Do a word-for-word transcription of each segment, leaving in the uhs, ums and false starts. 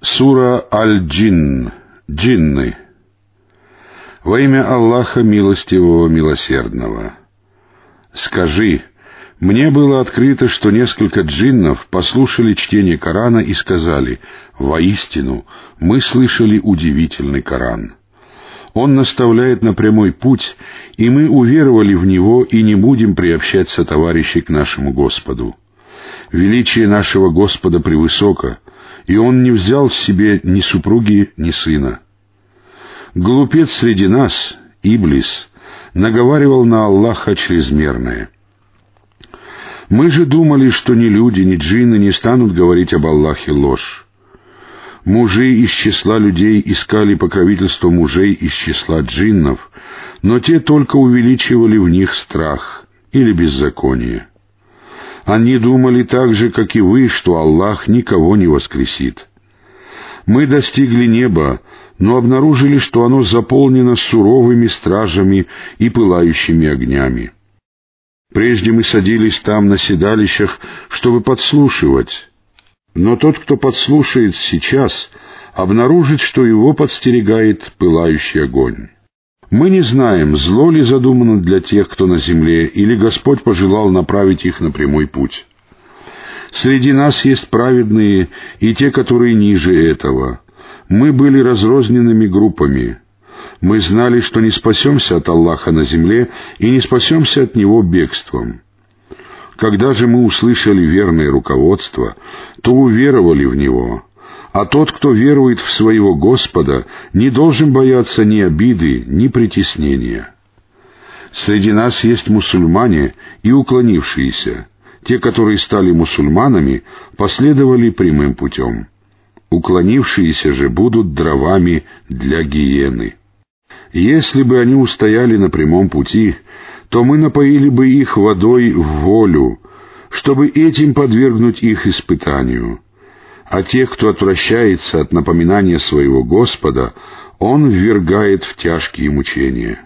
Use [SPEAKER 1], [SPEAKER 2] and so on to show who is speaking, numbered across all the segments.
[SPEAKER 1] Сура Аль-Джинн. Джинны. Во имя Аллаха Милостивого Милосердного. Скажи, мне было открыто, что несколько джиннов послушали чтение Корана и сказали: воистину, мы слышали удивительный Коран. Он наставляет на прямой путь, и мы уверовали в него и не будем приобщать сотоварищей к нашему Господу. Величие нашего Господа превысоко, и Он не взял себе ни супруги, ни сына. Глупец среди нас, Иблис, наговаривал на Аллаха чрезмерное. Мы же думали, что ни люди, ни джинны не станут говорить об Аллахе ложь. Мужи из числа людей искали покровительство мужей из числа джиннов, но те только увеличивали в них страх или беззаконие. Они думали так же, как и вы, что Аллах никого не воскресит. Мы достигли неба, но обнаружили, что оно заполнено суровыми стражами и пылающими огнями. Прежде мы садились там на седалищах, чтобы подслушивать. Но тот, кто подслушает сейчас, обнаружит, что его подстерегает пылающий огонь. Мы не знаем, зло ли задумано для тех, кто на земле, или Господь пожелал направить их на прямой путь. Среди нас есть праведные и те, которые ниже этого. Мы были разрозненными группами. Мы знали, что не спасемся от Аллаха на земле и не спасемся от Него бегством. Когда же мы услышали верное руководство, то уверовали в него. А тот, кто верует в своего Господа, не должен бояться ни обиды, ни притеснения. Среди нас есть мусульмане и уклонившиеся. Те, которые стали мусульманами, последовали прямым путем. Уклонившиеся же будут дровами для гиены. Если бы они устояли на прямом пути, то мы напоили бы их водой в волю, чтобы этим подвергнуть их испытанию. А тех, кто отвращается от напоминания своего Господа, Он ввергает в тяжкие мучения.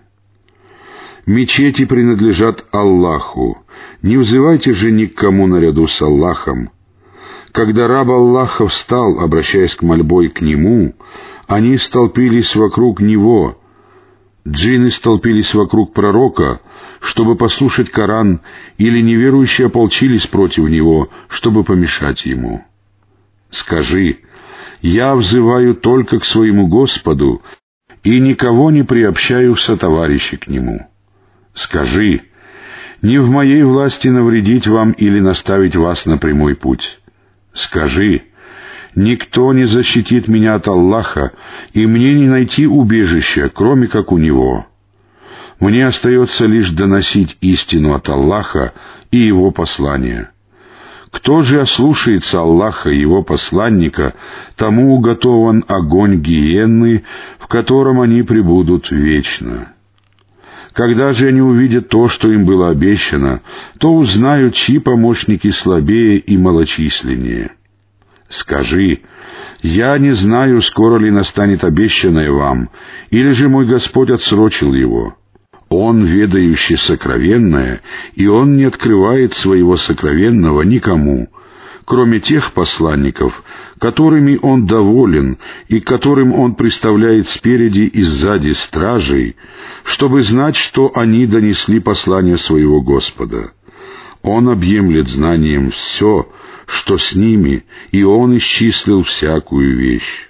[SPEAKER 1] Мечети принадлежат Аллаху. Не взывайте же ни к кому наряду с Аллахом. Когда раб Аллаха встал, обращаясь к мольбой к Нему, они столпились вокруг Него. Джинны столпились вокруг пророка, чтобы послушать Коран, или неверующие ополчились против него, чтобы помешать ему. Скажи: я взываю только к своему Господу и никого не приобщаю в сотоварищи к Нему. Скажи: не в моей власти навредить вам или наставить вас на прямой путь. Скажи: никто не защитит меня от Аллаха, и мне не найти убежища, кроме как у Него. Мне остается лишь доносить истину от Аллаха и Его послания. Кто же ослушается Аллаха и Его посланника, тому уготован огонь гиенны, в котором они пребудут вечно. Когда же они увидят то, что им было обещано, то узнают, чьи помощники слабее и малочисленнее. Скажи: я не знаю, скоро ли настанет обещанное вам, или же мой Господь отсрочил его. Он, ведающий сокровенное, и Он не открывает своего сокровенного никому, кроме тех посланников, которыми Он доволен и которым Он приставляет спереди и сзади стражей, чтобы знать, что они донесли послание своего Господа. Он объемлет знанием все, что с ними, и Он исчислил всякую вещь.